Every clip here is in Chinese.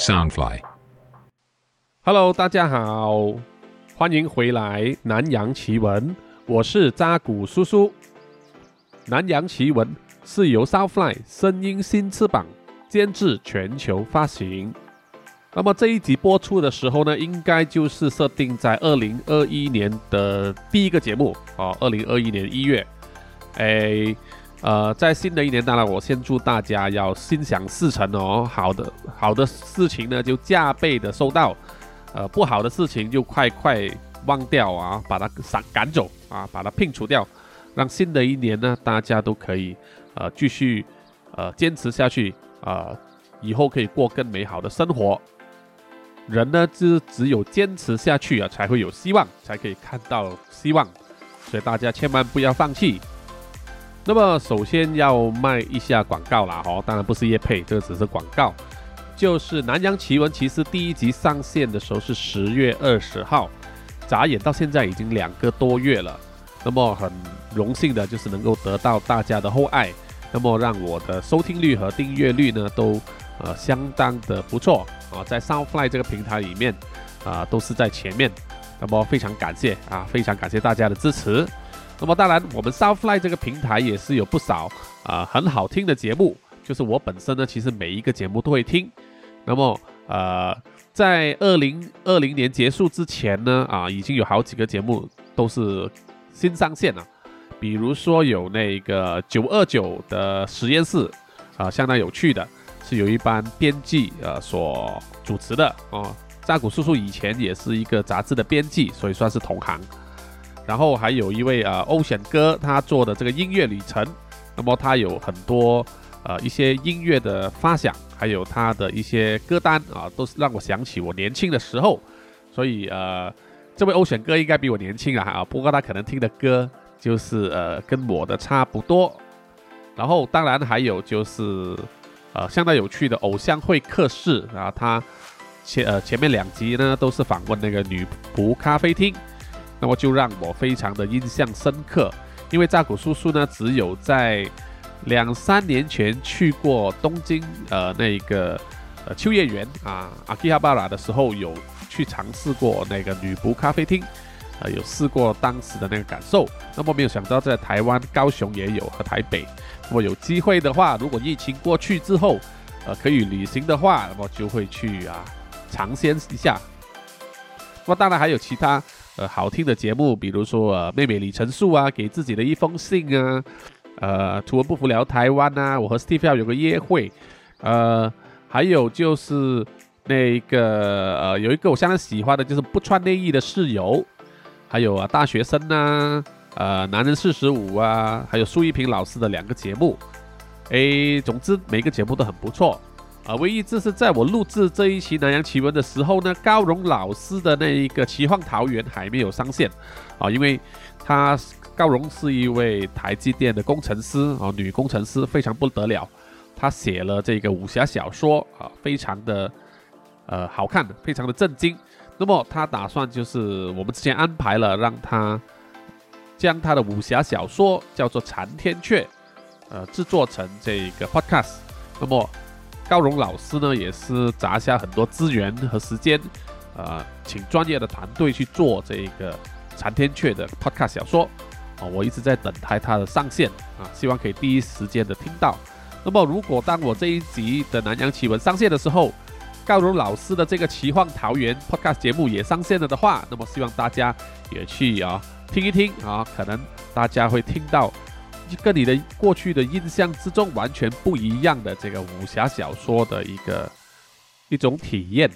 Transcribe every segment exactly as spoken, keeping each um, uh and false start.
Soundfly。Hello， 大家好，欢迎回来南洋奇闻，我是扎古叔叔。南洋奇闻是由 Soundfly 声音新翅膀监制全球发行。那么这一集播出的时候呢，应该就是设定在二零二一年的第一个节目哦，二零二一年一月。哎，呃，在新的一年，当然我先祝大家要心想事成哦，好的好的事情呢就加倍的收到。呃，不好的事情就快快忘掉啊，把它赶走啊，把它摒除掉，让新的一年呢，大家都可以呃继续呃坚持下去啊、呃，以后可以过更美好的生活。人呢，只只有坚持下去啊，才会有希望，才可以看到希望，所以大家千万不要放弃。那么，首先要卖一下广告啦，哦，当然不是业配，这个只是广告。就是南洋奇闻，其实第一集上线的时候是十月二十号，眨眼到现在已经两个多月了。那么很荣幸的就是能够得到大家的厚爱，那么让我的收听率和订阅率呢都呃相当的不错啊，在 Soundfly 这个平台里面啊都是在前面。那么非常感谢啊，非常感谢大家的支持。那么当然，我们 Soundfly 这个平台也是有不少啊很好听的节目。就是我本身呢，其实每一个节目都会听。那么，呃，在二零二零年结束之前呢，啊，已经有好几个节目都是新上线了。比如说有那个九二九的实验室，啊，相当有趣的，是有一班编辑呃所主持的哦。扎古叔叔以前也是一个杂志的编辑，所以算是同行。然后还有一位呃欧选哥，他做的这个音乐旅程，那么他有很多。呃，一些音乐的发想，还有他的一些歌单啊，都是让我想起我年轻的时候。所以呃，这位欧选哥应该比我年轻啊，不过他可能听的歌就是呃跟我的差不多。然后当然还有就是呃相当有趣的偶像会客室啊，他前呃前面两集呢都是访问那个女仆咖啡厅，那么就让我非常的印象深刻，因为扎古叔叔呢只有在两三年前去过东京，呃，那个呃秋叶原啊，阿基哈巴拉的时候，有去尝试过那个女仆咖啡厅，呃，有试过当时的那个感受。那么没有想到在台湾、高雄也有和台北。那么有机会的话，如果疫情过去之后，呃，可以旅行的话，那么就会去啊尝鲜一下。那么当然还有其他呃好听的节目，比如说呃妹妹李陈述啊，给自己的一封信啊。呃，图文不符聊台湾啊，我和 Steve 有个约会，呃，还有就是那个呃，有一个我相当喜欢的，就是不穿内衣的室友，还有啊大学生啊，呃，男人四十五啊，还有苏一平老师的两个节目，诶，总之每个节目都很不错啊、呃。唯一就是在我录制这一期南洋奇闻的时候呢，高荣老师的那一个奇幻桃源还没有上线啊、呃，因为他。高荣是一位台积电的工程师啊，女工程师非常不得了。她写了这个武侠小说啊，非常的呃好看，非常的震惊。那么她打算就是我们之前安排了，让她将她的武侠小说叫做《残天阙》，呃，制作成这个 podcast。那么高荣老师呢，也是砸下很多资源和时间，呃，请专业的团队去做这个《残天阙》的 podcast 小说。哦、我一直在等待它的上线啊，希望可以第一时间的听到。那么，如果当我这一集的南洋奇闻上线的时候，高荣老师的这个奇幻桃源 podcast 节目也上线了的话，那么希望大家也去啊听一听啊，可能大家会听到跟你的过去的印象之中完全不一样的这个武侠小说的一个一种体验。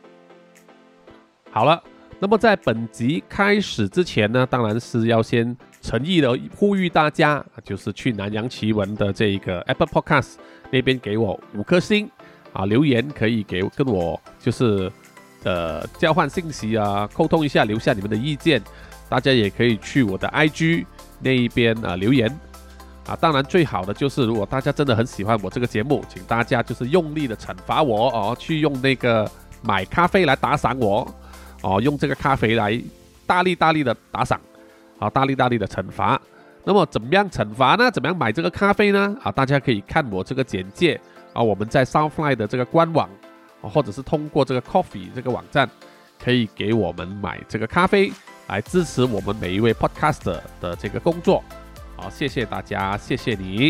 好了。那么在本集开始之前呢，当然是要先诚意的呼吁大家，就是去南洋奇闻的这个 Apple Podcast 那边给我五颗星啊，留言可以给跟我就是呃交换信息啊，沟通一下，留下你们的意见。大家也可以去我的 I G 那一边啊留言啊。当然最好的就是如果大家真的很喜欢我这个节目，请大家就是用力的惩罚我哦，去用那个买咖啡来打赏我。哦，用这个咖啡来大力大力的打赏，啊，大力大力的惩罚。那么怎么样惩罚呢？怎么样买这个咖啡呢？啊，大家可以看我这个简介啊，我们在 Soundfly 的这个官网或者是通过这个 Ko-fi 这个网站，可以给我们买这个咖啡，来支持我们每一位 podcaster 的这个工作。好，谢谢大家，谢谢你。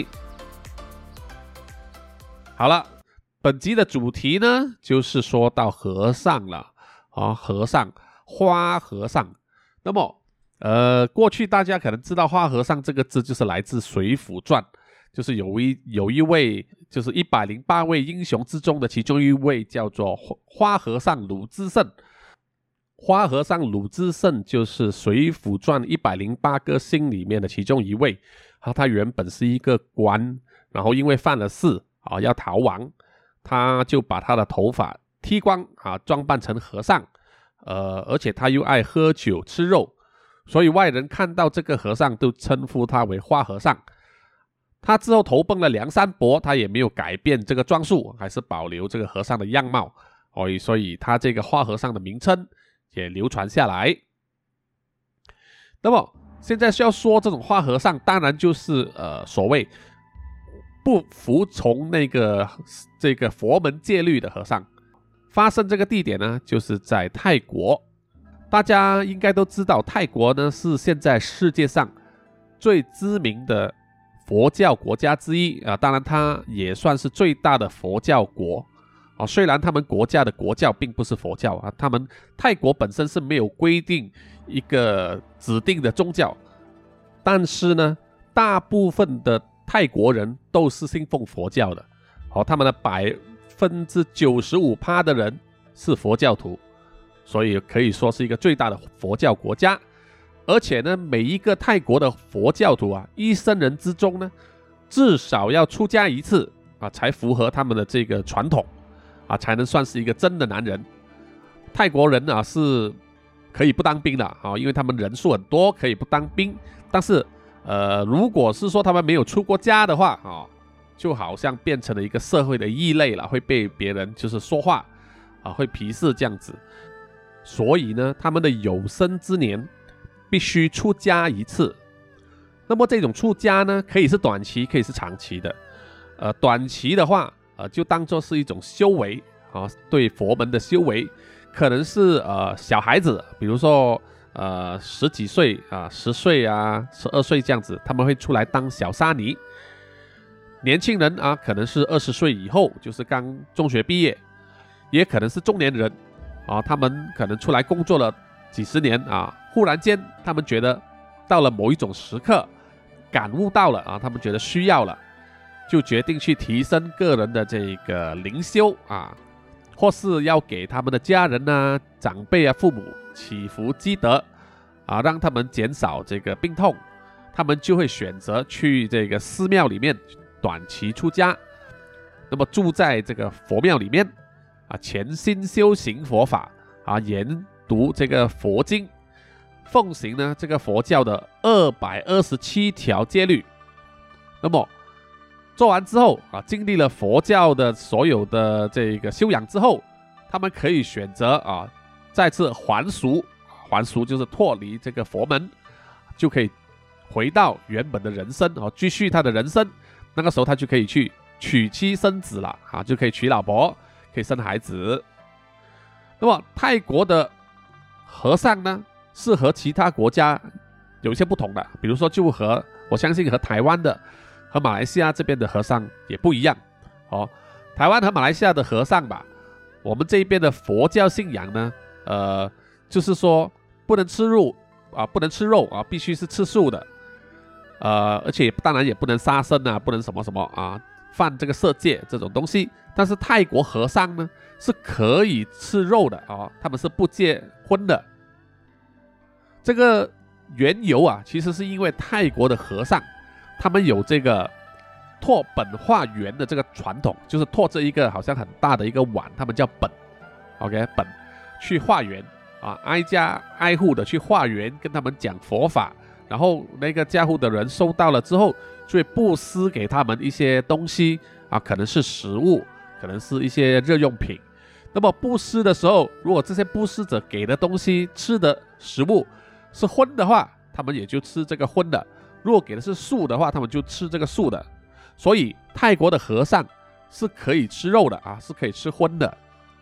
好了，本集的主题呢，就是说到和尚了啊，和尚，花和尚。那么，呃，过去大家可能知道花和尚这个字就是来自《水浒传》，就是有一有一位，就是一百零八位英雄之中的其中一位，叫做花和尚鲁智胜。花和尚鲁智胜就是《水浒传》一百零八个星里面的其中一位。啊，他原本是一个官，然后因为犯了事啊，要逃亡，他就把他的头发剃光啊，装扮成和尚。呃，而且他又爱喝酒吃肉，所以外人看到这个和尚都称呼他为花和尚。他之后投奔了梁山伯，他也没有改变这个装束，还是保留这个和尚的样貌。哦，所以他这个花和尚的名称也流传下来。那么现在需要说这种花和尚，当然就是呃所谓不服从那个这个佛门戒律的和尚。发生这个地点呢，就是在泰国。大家应该都知道，泰国呢是现在世界上最知名的佛教国家之一啊，当然它也算是最大的佛教国。哦，虽然他们国家的国教并不是佛教啊，他们泰国本身是没有规定一个指定的宗教，但是呢，大部分的泰国人都是信奉佛教的。哦，他们的百分之九十五趴的人是佛教徒，所以可以说是一个最大的佛教国家。而且呢，每一个泰国的佛教徒啊，一生人之中呢，至少要出家一次啊，才符合他们的这个传统。啊，才能算是一个真的男人。泰国人啊是可以不当兵的啊，因为他们人数很多，可以不当兵。但是，呃，如果是说他们没有出过家的话啊，就好像变成了一个社会的异类了，会被别人就是说话啊，会鄙视这样子。所以呢，他们的有生之年必须出家一次。那么这种出家呢，可以是短期，可以是长期的。呃，短期的话，呃，就当作是一种修为啊，对佛门的修为，可能是呃小孩子，比如说呃十几岁啊、十岁啊、十二岁这样子，他们会出来当小沙弥。年轻人啊，可能是二十岁以后，就是刚中学毕业，也可能是中年人啊，他们可能出来工作了几十年啊，忽然间他们觉得到了某一种时刻，感悟到了啊，他们觉得需要了。就决定去提升个人的这个灵修啊，或是要给他们的家人啊、长辈啊、父母祈福积德啊，让他们减少这个病痛，他们就会选择去这个寺庙里面短期出家，那么住在这个佛庙里面啊，潜心修行佛法啊，研读这个佛经，奉行呢这个佛教的二百二十七条戒律，那么。做完之后啊，经历了佛教的所有的这个修养之后，他们可以选择啊，再次还俗，还俗就是脱离这个佛门，就可以回到原本的人生啊，继续他的人生。那个时候他就可以去娶妻生子了啊，就可以娶老婆，可以生孩子。那么泰国的和尚呢，是和其他国家有一些不同的，比如说就和我相信和台湾的。和马来西亚这边的和尚也不一样哦。台湾和马来西亚的和尚吧，我们这边的佛教信仰呢，呃，就是说不能吃肉啊，不能吃肉啊，必须是吃素的，呃，而且当然也不能杀生啊，不能什么什么啊，犯这个色戒这种东西。但是泰国和尚呢是可以吃肉的啊，他们是不戒荤的。这个缘由啊，其实是因为泰国的和尚。他们有这个拓本化缘的这个传统，就是拓着一个好像很大的一个碗，他们叫本 ，OK 本，去化缘啊，挨家挨户的去化缘，跟他们讲佛法，然后那个家户的人收到了之后，就会布施给他们一些东西啊，可能是食物，可能是一些日用品。那么布施的时候，如果这些布施者给的东西吃的食物是荤的话，他们也就吃这个荤的。如果给的是素的话，他们就吃这个素的。所以泰国的和尚是可以吃肉的啊，是可以吃荤的。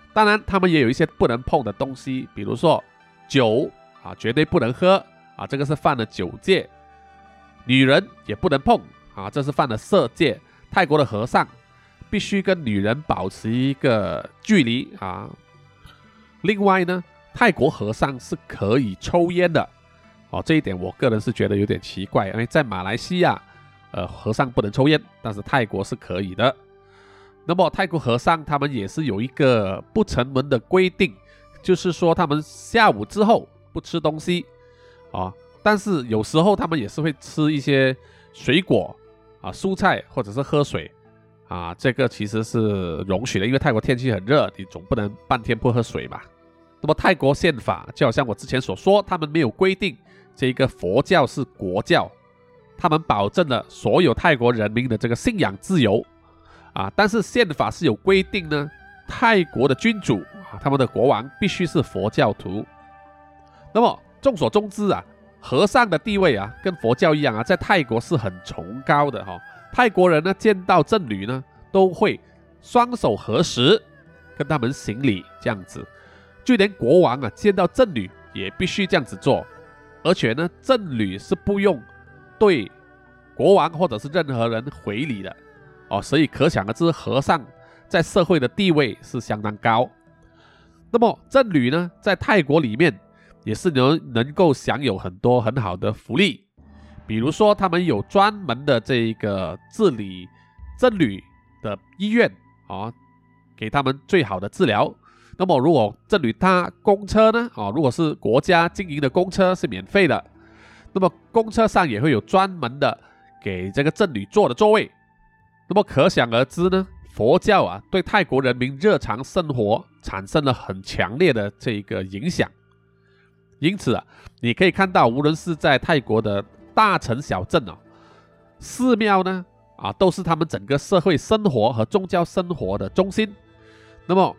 当然，他们也有一些不能碰的东西，比如说酒啊，绝对不能喝啊，这个是犯了酒戒。女人也不能碰啊，这是犯了色戒。泰国的和尚必须跟女人保持一个距离啊。另外呢，泰国和尚是可以抽烟的哦，这一点我个人是觉得有点奇怪，因为在马来西亚，呃，和尚不能抽烟，但是泰国是可以的。那么泰国和尚他们也是有一个不成文的规定，就是说他们下午之后不吃东西啊，但是有时候他们也是会吃一些水果啊、蔬菜或者是喝水啊，这个其实是容许的，因为泰国天气很热，你总不能半天不喝水嘛。那么泰国宪法就好像我之前所说，他们没有规定这个佛教是国教，他们保证了所有泰国人民的这个信仰自由啊，但是宪法是有规定呢，泰国的君主啊，他们的国王必须是佛教徒。那么众所周知啊，和尚的地位啊，跟佛教一样啊，在泰国是很崇高的哈、哦。泰国人呢，见到僧侣呢，都会双手合十，跟他们行礼，这样子。就连国王啊，见到僧侣也必须这样子做，而且呢，僧侣是不用对国王或者是任何人回礼的哦，所以可想而知，和尚在社会的地位是相当高。那么僧侣呢，在泰国里面也是能能够享有很多很好的福利，比如说他们有专门的这个治理僧侣的医院啊、哦，给他们最好的治疗。那么如果僧侣搭公车呢，哦，如果是国家经营的公车是免费的，那么公车上也会有专门的给这个僧侣坐的座位。那么可想而知呢，佛教啊对泰国人民日常生活产生了很强烈的这个影响。因此啊，你可以看到，无论是在泰国的大城小镇哦，寺庙呢啊都是他们整个社会生活和宗教生活的中心。那么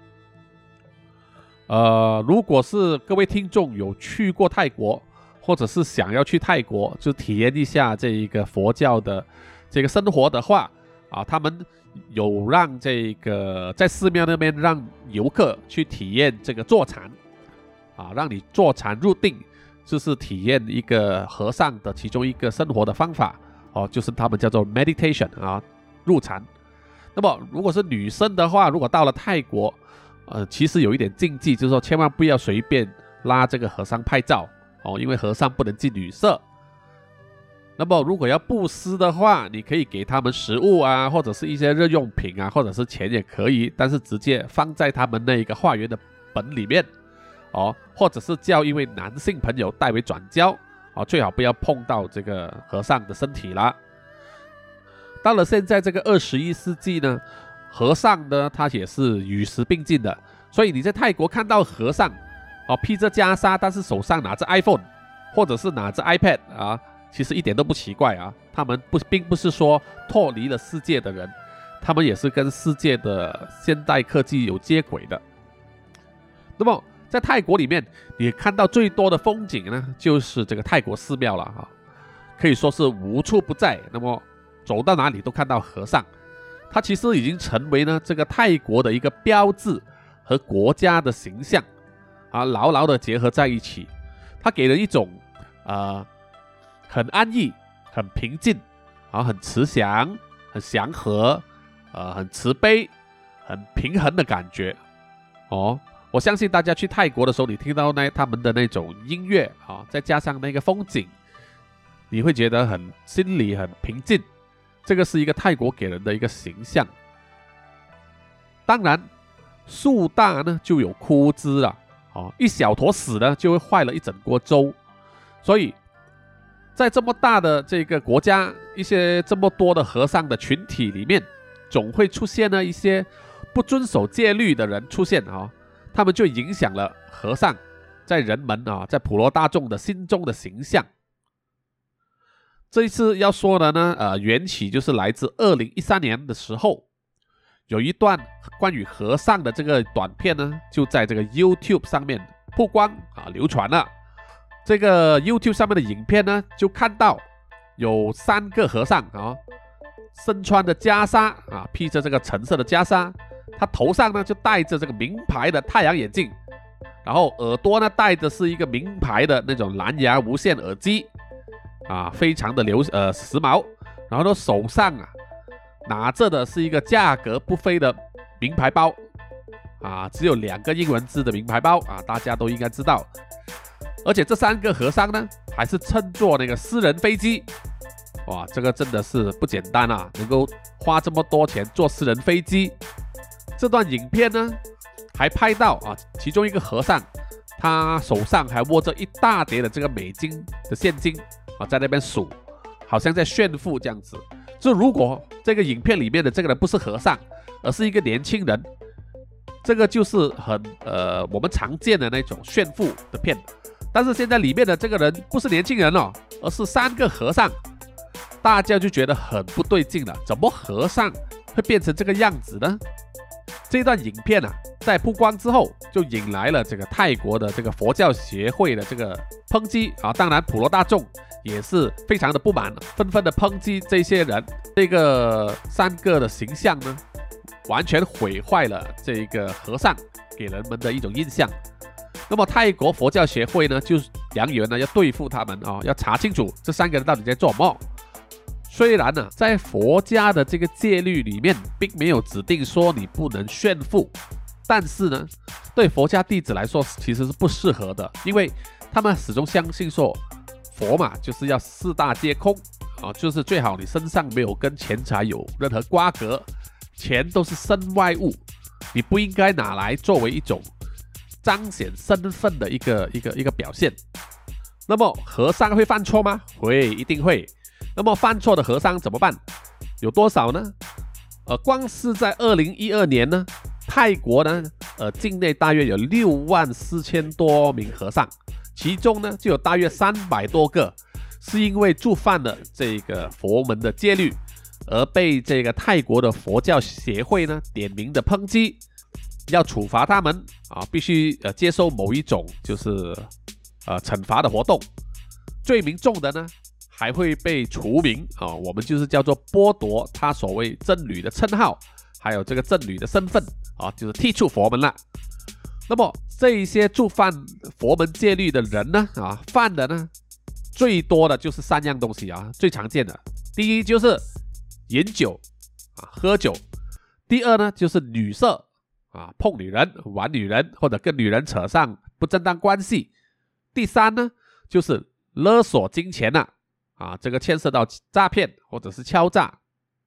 呃，如果是各位听众有去过泰国，或者是想要去泰国，就体验一下这一个佛教的这个生活的话，啊，他们有让这个在寺庙那边让游客去体验这个坐禅，啊，让你坐禅入定，就是体验一个和尚的其中一个生活的方法，哦，就是他们叫做 meditation 啊，入禅。那么如果是女生的话，如果到了泰国，呃，其实有一点禁忌，就是说千万不要随便拉这个和尚拍照哦，因为和尚不能进女色。那么如果要布施的话，你可以给他们食物啊，或者是一些日用品啊，或者是钱也可以，但是直接放在他们那个化缘的本里面哦，或者是叫一位男性朋友代为转交哦，最好不要碰到这个和尚的身体啦。到了现在这个二十一世纪呢，和尚呢，他也是与时并进的，所以你在泰国看到和尚哦，披着袈裟，但是手上拿着 iPhone 或者是拿着 iPad 啊，其实一点都不奇怪啊。他们不并不是说脱离了世界的人，他们也是跟世界的现代科技有接轨的。那么在泰国里面，你看到最多的风景呢，就是这个泰国寺庙了啊，可以说是无处不在。那么走到哪里都看到和尚。它其实已经成为呢这个泰国的一个标志和国家的形象啊，牢牢的结合在一起。它给人一种呃很安逸、很平静啊、很慈祥、很祥和、呃很慈悲、很平衡的感觉哦。我相信大家去泰国的时候，你听到那他们的那种音乐啊，再加上那个风景，你会觉得很心里很平静。这个是一个泰国给人的一个形象。当然，树大呢就有枯枝了，哦，一小坨屎呢就会坏了一整锅粥。所以，在这么大的这个国家，一些这么多的和尚的群体里面，总会出现了一些不遵守戒律的人出现啊、哦，他们就影响了和尚在人们啊，在普罗大众的心中的形象。这一次要说的呢，呃，缘起就是来自二零一三年的时候，有一段关于和尚的这个短片呢，就在这个 YouTube 上面曝光啊，流传了。这个 YouTube 上面的影片呢，就看到有三个和尚啊，身穿的袈裟啊，披着这个橙色的袈裟， 他头上呢就戴着这个名牌的太阳眼镜，然后耳朵呢戴的是一个名牌的那种蓝牙无线耳机，啊，非常的流呃时髦。然后呢手上啊拿着的是一个价格不菲的名牌包，啊，只有两个英文字的名牌包啊，大家都应该知道。而且这三个和尚呢，还是乘坐那个私人飞机，哇，这个真的是不简单啊，能够花这么多钱坐私人飞机。这段影片呢，还拍到啊，其中一个和尚，他手上还握着一大叠的这个美金的现金啊，在那边数，好像在炫富这样子。就如果这个影片里面的这个人不是和尚，而是一个年轻人，这个就是很呃我们常见的那种炫富的片。但是现在里面的这个人不是年轻人哦，而是三个和尚，大家就觉得很不对劲了，怎么和尚会变成这个样子呢？这段影片啊，在曝光之后，就引来了这个泰国的这个佛教协会的这个抨击啊，当然普罗大众也是非常的不满，纷纷的抨击这些人，这个三个的形象呢，完全毁坏了这个和尚给人们的一种印象。那么泰国佛教协会呢，就扬言呢要对付他们啊，要查清楚这三个人到底在做什么。虽然呢，在佛家的这个戒律里面，并没有指定说你不能炫富，但是呢，对佛家弟子来说其实是不适合的，因为他们始终相信说，佛嘛就是要四大皆空啊，就是最好你身上没有跟钱财有任何瓜葛，钱都是身外物，你不应该拿来作为一种彰显身份的一个一个一个表现。那么和尚会犯错吗？会，一定会。那么犯错的和尚怎么办？有多少呢？呃，光是在二零一二年呢，泰国呢，呃，境内大约有六万四千多名和尚，其中呢就有大约三百多个是因为触犯了这个佛门的戒律，而被这个泰国的佛教协会呢点名的抨击，要处罚他们啊，必须呃接受某一种就是呃惩罚的活动，罪名重的呢，还会被除名啊，我们就是叫做剥夺他所谓僧侣的称号，还有这个僧侣的身份啊，就是剔除佛门了。那么这一些触犯佛门戒律的人呢，啊，犯的呢最多的就是三样东西啊，最常见的，第一就是饮酒啊，喝酒；第二呢就是女色啊，碰女人、玩女人，或者跟女人扯上不正当关系；第三呢就是勒索金钱呐、啊，啊，这个牵涉到诈骗或者是敲诈。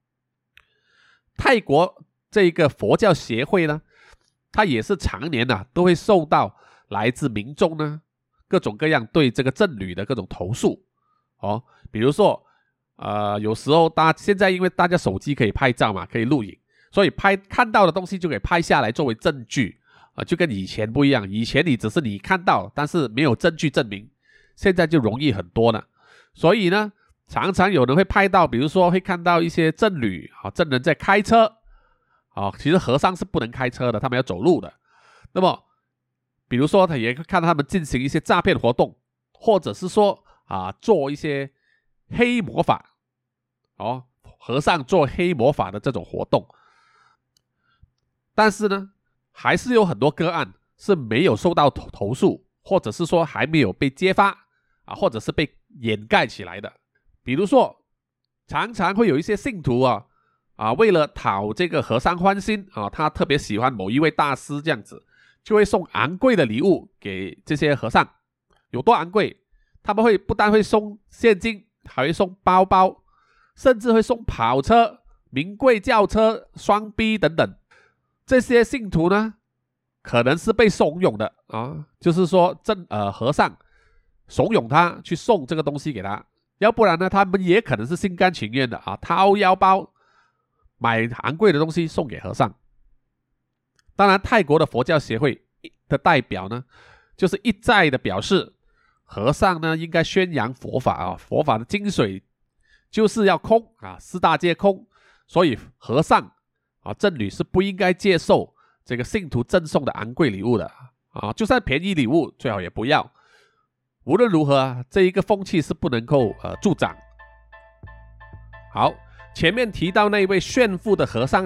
泰国这个佛教协会呢，它也是常年啊都会受到来自民众呢各种各样对这个僧侣的各种投诉哦，比如说呃有时候大现在因为大家手机可以拍照嘛，可以录影，所以拍看到的东西就可以拍下来作为证据啊、呃，就跟以前不一样，以前你只是你看到，但是没有证据证明，现在就容易很多了。所以呢，常常有人会拍到，比如说会看到一些僧侣啊，僧人在开车啊，其实和尚是不能开车的，他们要走路的。那么，比如说他也看到他们进行一些诈骗活动，或者是说啊，做一些黑魔法哦，和尚做黑魔法的这种活动。但是呢，还是有很多个案是没有受到投诉，或者是说还没有被揭发啊，或者是被掩盖起来的。比如说，常常会有一些信徒啊，啊，为了讨这个和尚欢心啊，他特别喜欢某一位大师这样子，就会送昂贵的礼物给这些和尚。有多昂贵？他们会不但会送现金，还会送包包，甚至会送跑车、名贵轿车、双 B 等等。这些信徒呢，可能是被怂恿的啊，就是说正呃和尚怂恿他去送这个东西给他，要不然呢，他们也可能是心甘情愿的啊，掏腰包买昂贵的东西送给和尚。当然，泰国的佛教协会的代表呢，就是一再的表示，和尚呢应该宣扬佛法啊，佛法的精髓就是要空啊，四大皆空，所以和尚啊，僧侣是不应该接受这个信徒赠送的昂贵礼物的啊，就算便宜礼物最好也不要。无论如何，这一个风气是不能够呃助长。好，前面提到那位炫富的和尚呢，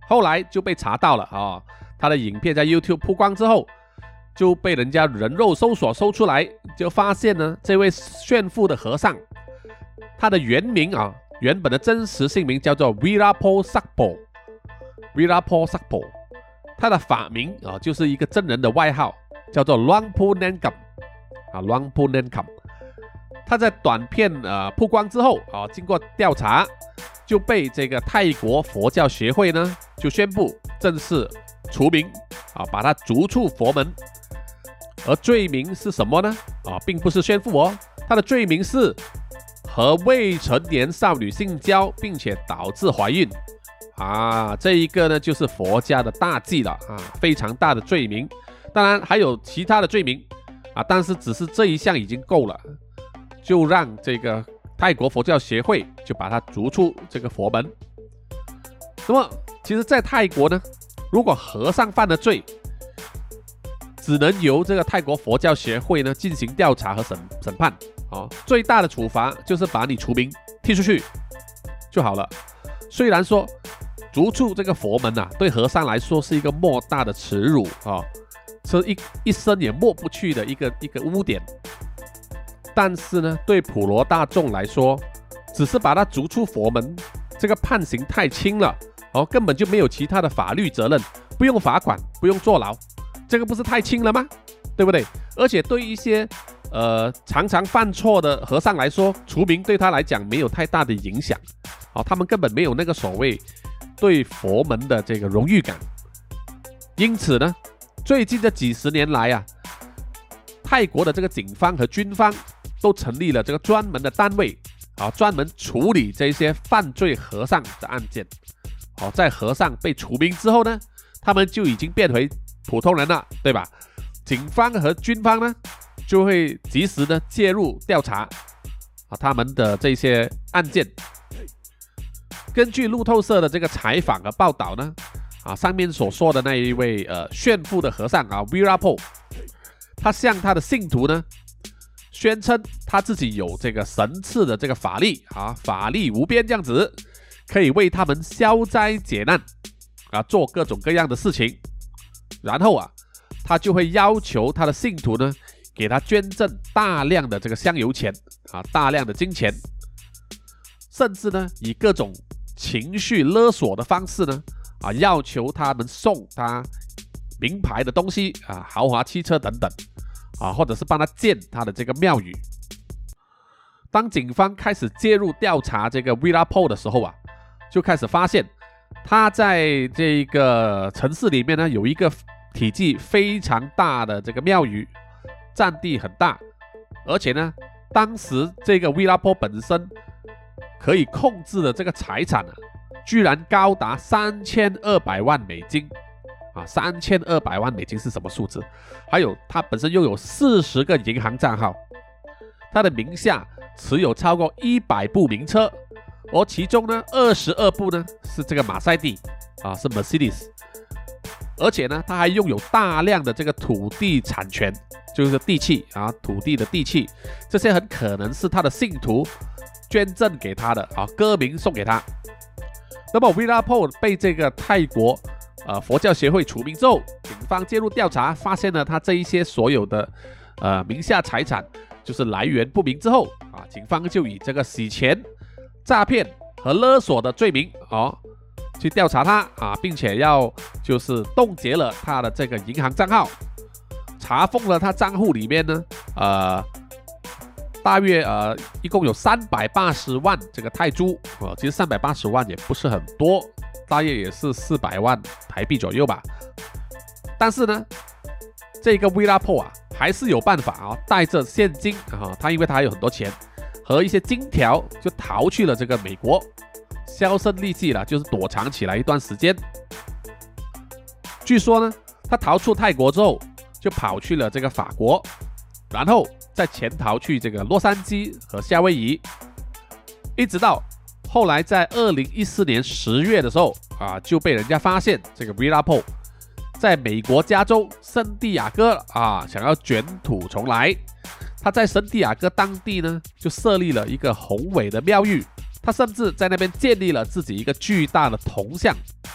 后来就被查到了啊、哦，他的影片在 YouTube 曝光之后，就被人家人肉搜索搜出来，就发现呢，这位炫富的和尚，他的原名啊，原本的真实姓名叫做 Virapol Sakpo，Virapol Sakpo， 他的法名啊，就是一个真人的外号，叫做 Luangpu Nangkam 啊 ，Luangpu Nangkam。他在短片呃曝光之后啊，经过调查，就被这个泰国佛教协会呢就宣布正式除名啊，把他逐出佛门。而罪名是什么呢？啊，并不是炫富哦，他的罪名是和未成年少女性交，并且导致怀孕啊，这一个呢就是佛家的大忌了啊，非常大的罪名。当然还有其他的罪名啊，但是只是这一项已经够了，就让这个泰国佛教协会就把他逐出这个佛门。那么其实在泰国呢，如果和尚犯了罪，只能由这个泰国佛教协会呢进行调查和审审判，哦，最大的处罚就是把你除名踢出去就好了。虽然说逐出这个佛门啊，对和尚来说是一个莫大的耻辱啊、哦，是一一生也抹不去的一个一个污点，但是呢，对普罗大众来说，只是把他逐出佛门，这个判刑太轻了，哦，根本就没有其他的法律责任，不用罚款，不用坐牢。这个不是太轻了吗？对不对？而且对一些呃常常犯错的和尚来说，除名对他来讲没有太大的影响，哦，他们根本没有那个所谓对佛门的这个荣誉感。因此呢，最近这几十年来啊，泰国的这个警方和军方都成立了这个专门的单位，啊，专门处理这些犯罪和尚的案件。好，在和尚被除名之后呢，他们就已经变回普通人了，对吧？警方和军方呢，就会及时的介入调查啊他们的这些案件。根据路透社的这个采访和报道呢，啊上面所说的那一位呃炫富的和尚啊 Virapol， 他向他的信徒呢宣称他自己有这个神赐的这个法力啊，法力无边这样子，可以为他们消灾解难啊，做各种各样的事情。然后啊，他就会要求他的信徒呢，给他捐赠大量的这个香油钱啊，大量的金钱，甚至呢，以各种情绪勒索的方式呢，啊，要求他们送他名牌的东西啊，豪华汽车等等啊，或者是帮他建他的这个庙宇。当警方开始介入调查这个 Virapol 的时候啊，就开始发现他在这个城市里面呢，有一个体积非常大的这个庙宇，占地很大，而且呢，当时这个 Virapol 本身可以控制的这个财产啊，居然高达三千二百万美金啊！三千二百万美金是什么数字？还有，他本身拥有四十个银行账号，他的名下持有超过一百部名车，而其中呢，二十二部呢是这个马赛蒂啊，是 Mercedes。而且呢，他还拥有大量的这个土地产权，就是地契啊，土地的地契，这些很可能是他的信徒捐赠给他的啊，歌名送给他。那么 Virapol 被这个泰国呃佛教协会除名之后，警方介入调查，发现了他这一些所有的呃名下财产就是来源不明之后啊，警方就以这个洗钱、诈骗和勒索的罪名哦。去调查他啊，并且要就是冻结了他的这个银行账号，查封了他账户里面呢，呃，大约呃一共有三百八十万这个泰铢，呃，其实三百八十万也不是很多，大约也是四百万台币左右吧。但是呢，这个 Virapol 啊，还是有办法啊，带着现金啊，他因为他还有很多钱和一些金条，就逃去了这个美国。销声匿迹了，就是躲藏起来一段时间。据说呢，他逃出泰国之后，就跑去了这个法国，然后再潜逃去这个洛杉矶和夏威夷，一直到后来在二零一四年十月的时候啊，就被人家发现这个 Virapol 在美国加州圣地亚哥啊，想要卷土重来。他在圣地亚哥当地呢，就设立了一个宏伟的庙宇。他甚至在那边建立了自己一个巨大的铜像，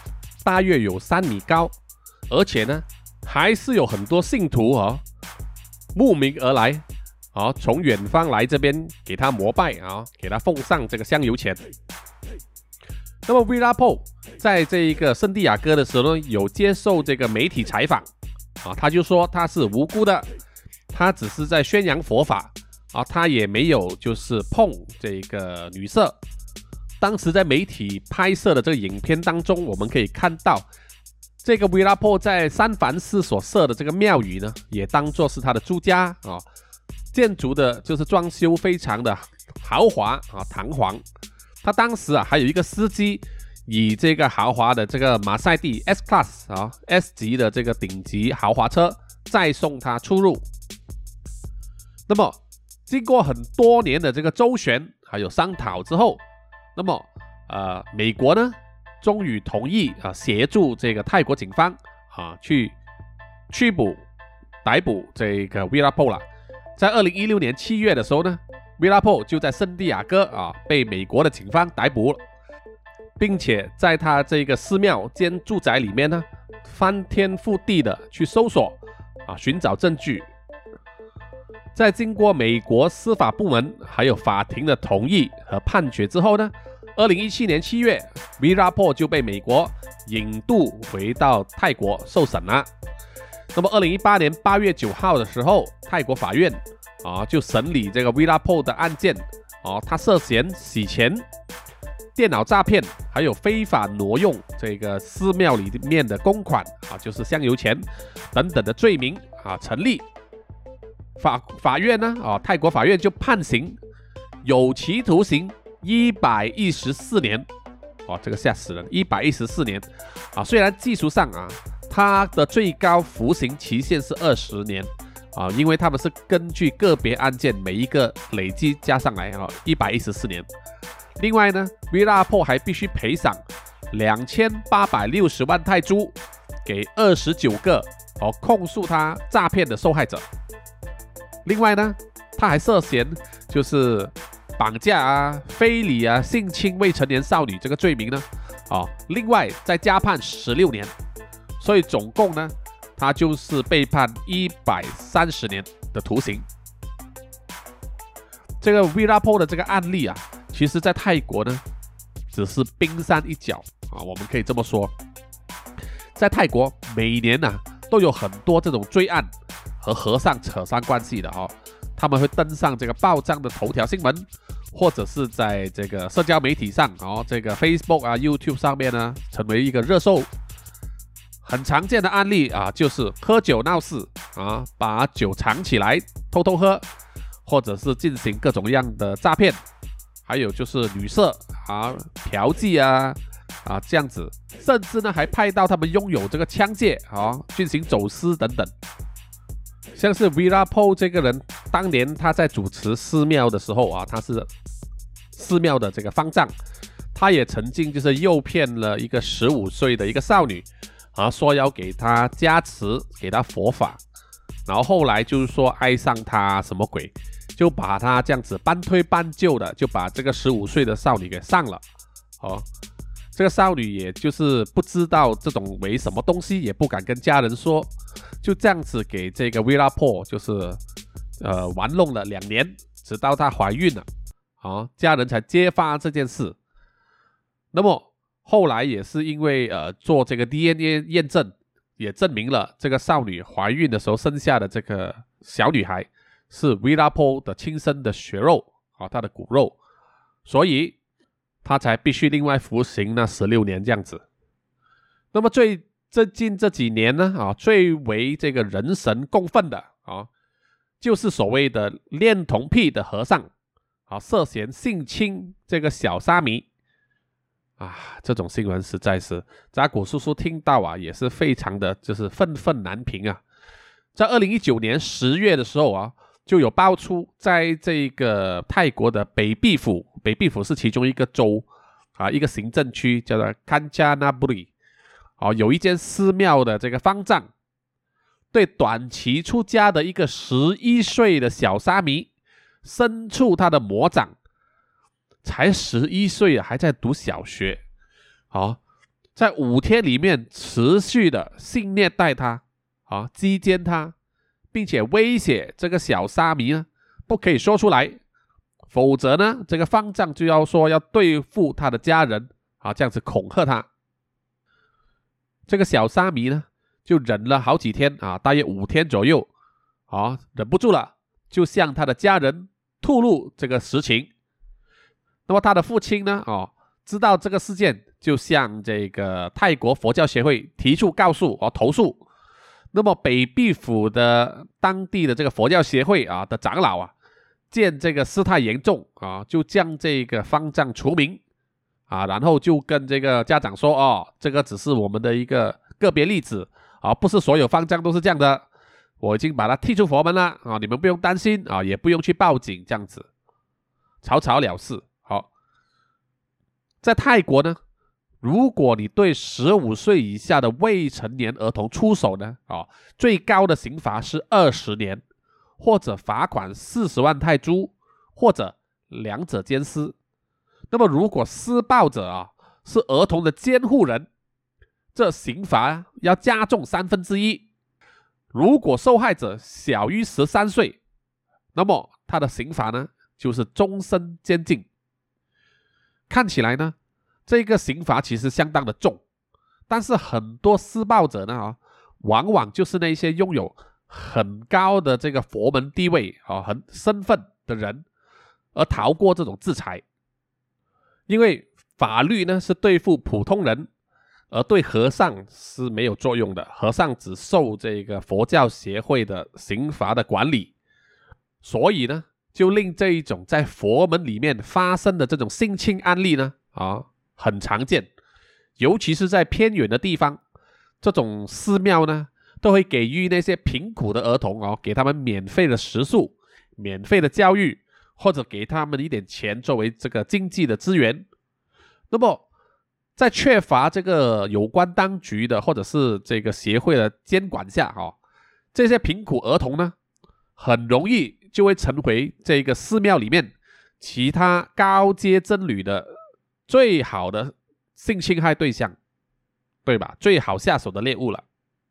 大约有三米高，而且呢，还是有很多信徒哦慕名而来，哦，从远方来这边给他膜拜啊，给他奉上这个香油钱。那么 Virapo 在这一个圣地亚哥的时候呢，有接受这个媒体采访啊，他就说他是无辜的，他只是在宣扬佛法啊，他也没有就是碰这个女色。当时在媒体拍摄的这个影片当中，我们可以看到这个 Virapo 在三藩市所设的这个庙宇呢，也当作是他的住家啊，建筑的就是装修非常的豪华啊，堂皇。他当时啊还有一个司机以这个豪华的这个马赛蒂 S Class 啊 S 级的这个顶级豪华车载送他出入。那么经过很多年的这个周旋还有商讨之后，那么呃美国呢终于同意啊协助这个泰国警方啊去拘捕逮捕这个 Virapo 了。在二零一六年七月的时候呢，Virapo 就在圣地亚哥啊被美国的警方逮捕了，并且在他这个寺庙兼住宅里面呢，翻天覆地的去搜索啊寻找证据。在经过美国司法部门还有法庭的同意和判决之后呢，二零一七年七月 Virapo 就被美国引渡回到泰国受审了。那么二零一八年八月九号的时候，泰国法院啊就审理这个 Virapo 的案件，哦、啊，他涉嫌洗钱、电脑诈骗，还有非法挪用这个寺庙里面的公款啊，就是香油钱等等的罪名啊成立。法法院呢啊，泰国法院就判刑有期徒刑一百一十四年，哦，这个吓死人，一百一十四年啊！虽然技术上啊，它的最高服刑期限是二十年啊，因为他们是根据个别案件每一个累积加上来啊，一百一十四年。另外呢 ，Virapo 还必须赔偿两千八百六十万泰铢给二十九个哦控诉他诈骗的受害者。另外呢，他还涉嫌就是绑架啊、非礼啊、性侵未成年少女这个罪名呢，哦，另外再加判十六年，所以总共呢，他就是被判一百三十年的徒刑。这个 Virapo 的这个案例啊，其实在泰国呢，只是冰山一角啊，我们可以这么说。在泰国每年啊，都有很多这种罪案和和尚扯上关系的哦，他们会登上这个报章的头条新闻，或者是在这个社交媒体上哦，这个 Facebook 啊、YouTube 上面呢，成为一个热搜。很常见的案例啊，就是喝酒闹事啊，把酒藏起来偷偷喝，或者是进行各种各样的诈骗，还有就是女色啊、嫖妓啊啊这样子，甚至呢还派到他们拥有这个枪械啊，进行走私等等。像是 Virapo 这个人，当年他在主持寺庙的时候啊，他是寺庙的这个方丈，他也曾经就是诱骗了一个十五岁的一个少女啊，说要给他加持，给他佛法，然后后来就是说爱上他什么鬼，就把他这样子半推半就的，就把这个十五岁的少女给上了。哦，这个少女也就是不知道这种为什么东西，也不敢跟家人说，就这样子给这个 Virapo 就是呃玩弄了两年，直到她怀孕了，啊，家人才揭发这件事。那么后来也是因为呃做这个 D N A 验证，也证明了这个少女怀孕的时候生下的这个小女孩是 Virapo 的亲生的血肉啊，她的骨肉，所以他才必须另外服刑那十六年这样子。那么最最近这几年呢啊，最为这个人神共愤的啊，就是所谓的恋童癖的和尚啊，涉嫌性侵这个小沙弥啊，这种新闻实在是扎古叔叔听到啊，也是非常的就是愤愤难平啊。在二零一九年十月的时候啊，就有爆出在这个泰国的北碧府，北碧府是其中一个州啊，一个行政区叫做堪加纳布里，哦，有一间寺庙的这个方丈对短期出家的一个十一岁的小沙弥伸出他的魔掌，才十一岁啊，还在读小学，哦， 在五天里面持续的性虐待他啊，击奸他，并且威胁这个小沙弥呢不可以说出来，否则呢这个方丈就要说要对付他的家人啊，这样子恐吓他。这个小沙弥呢就忍了好几天啊，大约五天左右啊，忍不住了，就向他的家人吐露这个实情。那么他的父亲呢哦，知道这个事件，就向这个泰国佛教协会提出告诉和投诉。那么北壁府的当地的这个佛教协会啊的长老啊，见这个事态严重啊，就将这个方丈除名啊，然后就跟这个家长说哦，这个只是我们的一个个别例子啊，不是所有方丈都是这样的，我已经把他踢出佛门了啊，你们不用担心啊，也不用去报警，这样子草草了事。好，在泰国呢，如果你对十五岁以下的未成年儿童出手呢，哦，最高的刑罚是二十年，或者罚款四十万泰铢，或者两者兼施。那么如果施暴者啊是儿童的监护人，这刑罚要加重三分之一。如果受害者小于十三岁，那么他的刑罚呢就是终身监禁。看起来呢，这个刑罚其实相当的重，但是很多施暴者呢、哦、往往就是那些拥有很高的这个佛门地位啊、哦、很身份的人，而逃过这种制裁。因为法律呢是对付普通人，而对和尚是没有作用的，和尚只受这个佛教协会的刑罚的管理，所以呢就令这一种在佛门里面发生的这种性侵案例呢啊很常见。尤其是在偏远的地方，这种寺庙呢都会给予那些贫苦的儿童哦，给他们免费的食宿、免费的教育，或者给他们一点钱作为这个经济的资源。那么在缺乏这个有关当局的或者是这个协会的监管下、哦、这些贫苦儿童呢很容易就会成为这个寺庙里面其他高阶僧侣的最好的性侵害对象，对吧？最好下手的猎物了。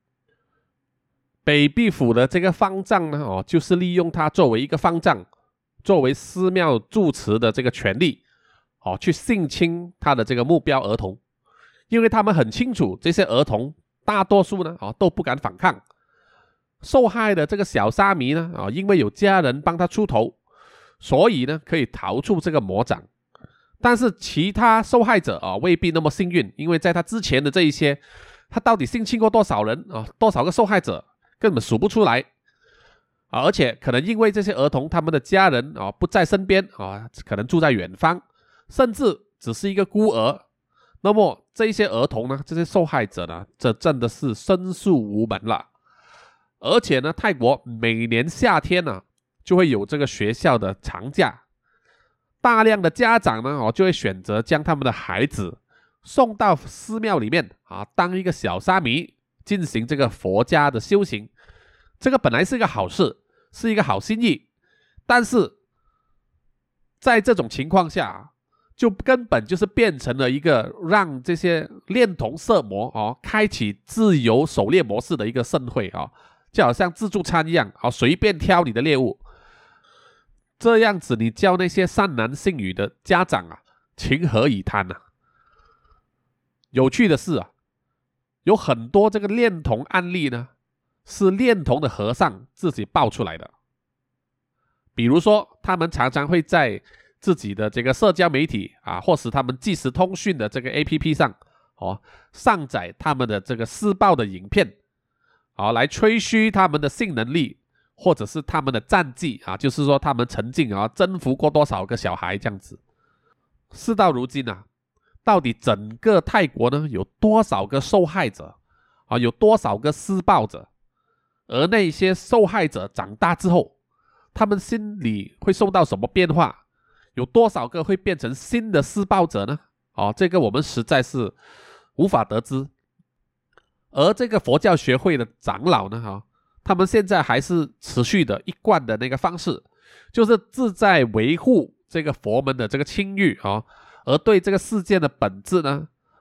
北壁府的这个方丈呢、哦、就是利用他作为一个方丈，作为寺庙住持的这个权利、哦、去性侵他的这个目标儿童。因为他们很清楚这些儿童大多数呢、哦、都不敢反抗。受害的这个小沙弥呢、哦、因为有家人帮他出头，所以呢可以逃出这个魔掌。但是其他受害者、哦、未必那么幸运，因为在他之前的这一些，他到底性侵过多少人、哦、多少个受害者根本数不出来、啊、而且可能因为这些儿童他们的家人、哦、不在身边、哦、可能住在远方，甚至只是一个孤儿，那么这些儿童呢，这些受害者呢，这真的是申诉无门了。而且呢，泰国每年夏天呢、啊，就会有这个学校的长假，大量的家长呢，哦，就会选择将他们的孩子送到寺庙里面啊，当一个小沙弥，进行这个佛家的修行。这个本来是一个好事，是一个好心意，但是在这种情况下，就根本就是变成了一个让这些恋童色魔哦，开启自由狩猎模式的一个盛会啊、哦，就好像自助餐一样啊、哦，随便挑你的猎物。这样子，你教那些善男信女的家长啊，情何以堪啊？有趣的是啊，有很多这个恋童案例呢，是恋童的和尚自己爆出来的。比如说，他们常常会在自己的这个社交媒体啊，或是他们即时通讯的这个 A P P 上，哦，上载他们的这个施暴的影片，哦，来吹嘘他们的性能力，或者是他们的战绩啊，就是说他们曾经啊征服过多少个小孩这样子。事到如今啊，到底整个泰国呢有多少个受害者啊？有多少个施暴者？而那些受害者长大之后，他们心里会受到什么变化？有多少个会变成新的施暴者呢？哦，这个我们实在是无法得知。而这个佛教学会的长老呢，哦，他们现在还是持续的一贯的那个方式，就是志在维护这个佛门的这个清誉啊、哦，而对这个事件的本质呢，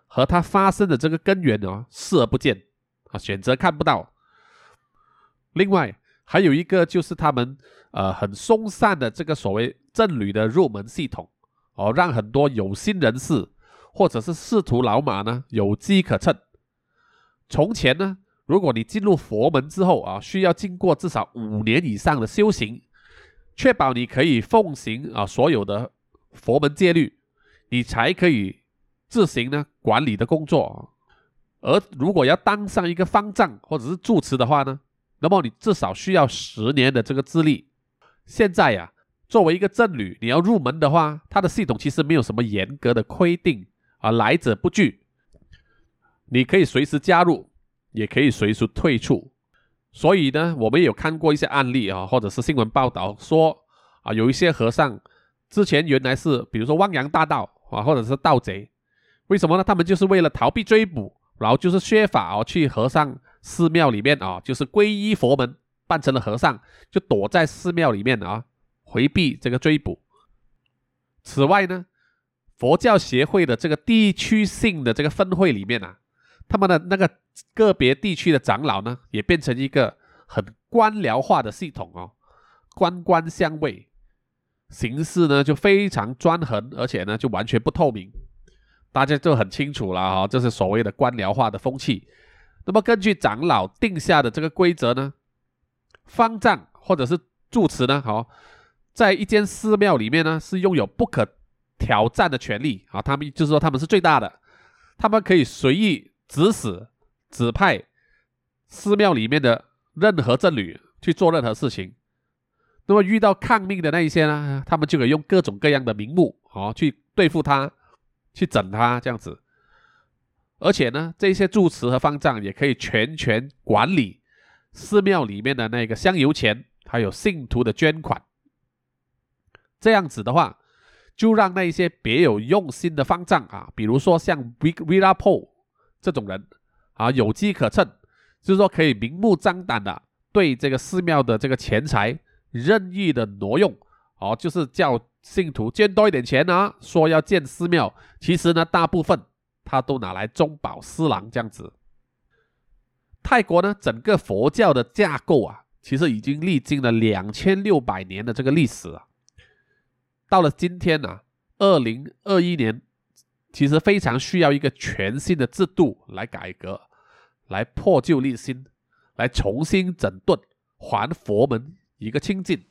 和它发生的这个根源哦视而不见啊，选择看不到。另外还有一个就是他们呃很松散的这个所谓赠旅的入门系统哦，让很多有心人士或者是仕途老马呢有机可乘。从前呢，如果你进入佛门之后啊，需要经过至少五年以上的修行，确保你可以奉行啊所有的佛门戒律，你才可以自行呢管理的工作。而如果要当上一个方丈或者是住持的话呢，那么你至少需要十年的这个资历。现在呀、啊，作为一个僧侣，你要入门的话，它的系统其实没有什么严格的规定啊，来者不拒，你可以随时加入，也可以随时退出。所以呢，我们有看过一些案例啊，或者是新闻报道说啊，有一些和尚之前原来是比如说汪洋大盗啊，或者是盗贼，为什么呢？他们就是为了逃避追捕，然后就是削发哦，去和尚寺庙里面啊，就是皈依佛门，扮成了和尚，就躲在寺庙里面啊，回避这个追捕。此外呢，佛教协会的这个地区性的这个分会里面啊，他们的那个个别地区的长老呢，也变成一个很官僚化的系统哦，官官相卫，形式呢就非常专横，而且呢就完全不透明，大家就很清楚了啊、哦，这是所谓的官僚化的风气。那么根据长老定下的这个规则呢，方丈或者是住持呢，好、哦，在一间寺庙里面呢是拥有不可挑战的权利啊，他们就是说他们是最大的，他们可以随意指使、指派寺庙里面的任何僧侣去做任何事情。那么遇到抗命的那一些呢，他们就可以用各种各样的名目、哦、去对付他，去整他这样子。而且呢，这些住持和方丈也可以全权管理寺庙里面的那个香油钱，还有信徒的捐款。这样子的话，就让那些别有用心的方丈啊，比如说像 Virapol 这种人啊，有机可乘，就是说可以明目张胆的对这个寺庙的这个钱财任意的挪用，哦，就是叫信徒捐多一点钱啊，说要建寺庙，其实呢，大部分他都拿来中饱私囊这样子。泰国呢，整个佛教的架构啊，其实已经历经了两千六百年的这个历史啊。到了今天啊，二零二一年，其实非常需要一个全新的制度来改革，来破旧立新，来重新整顿，还佛门一个清净。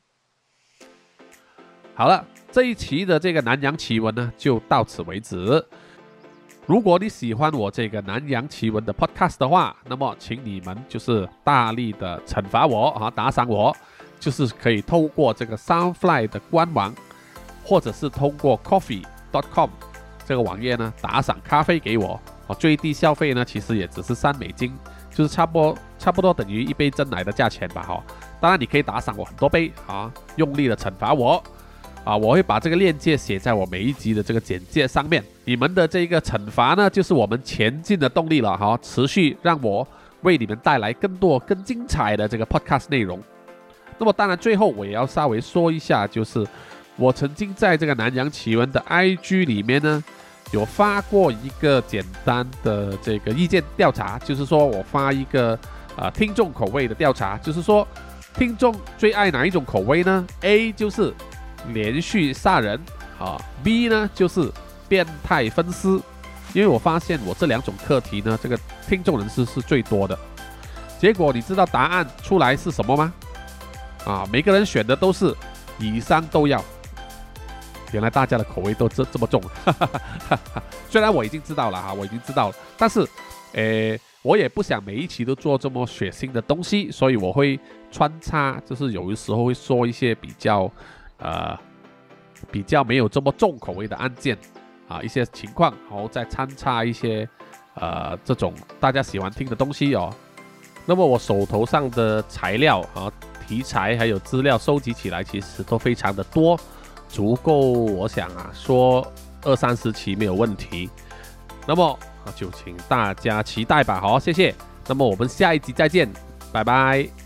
好了，这一期的这个南洋奇闻呢，就到此为止。如果你喜欢我这个南洋奇闻的 podcast 的话，那么请你们就是大力的惩罚我啊，打赏我，就是可以透过这个 Soundfly 的官网，或者是通过 coffee dot com 这个网页呢打赏咖啡给我啊，最低消费呢其实也只是三美金，就是差不多差不多等于一杯珍奶的价钱吧哈。当然你可以打赏我很多杯啊，用力的惩罚我啊，我会把这个链接写在我每一集的这个简介上面。你们的这个惩罚呢，就是我们前进的动力了哈，持续让我为你们带来更多更精彩的这个 podcast 内容。那么当然最后我也要稍微说一下，就是我曾经在这个南洋奇闻的 I G 里面呢，有发过一个简单的这个意见调查，就是说我发一个呃听众口味的调查，就是说听众最爱哪一种口味呢？ A 就是连续杀人啊 ，B 呢就是变态分尸。因为我发现我这两种课题呢，这个听众人数是最多的。结果你知道答案出来是什么吗？啊，每个人选的都是以上都要。原来大家的口味都这这么重，虽然我已经知道了哈，我已经知道了，但是，诶，我也不想每一期都做这么血腥的东西，所以我会穿插，就是有的时候会说一些比较，呃，比较没有这么重口味的案件啊，一些情况，然后再参差一些，呃，这种大家喜欢听的东西哦。那么我手头上的材料啊、题材还有资料收集起来，其实都非常的多。足够我想啊说二三十期没有问题，那么就请大家期待吧。好，谢谢，那么我们下一集再见，拜拜。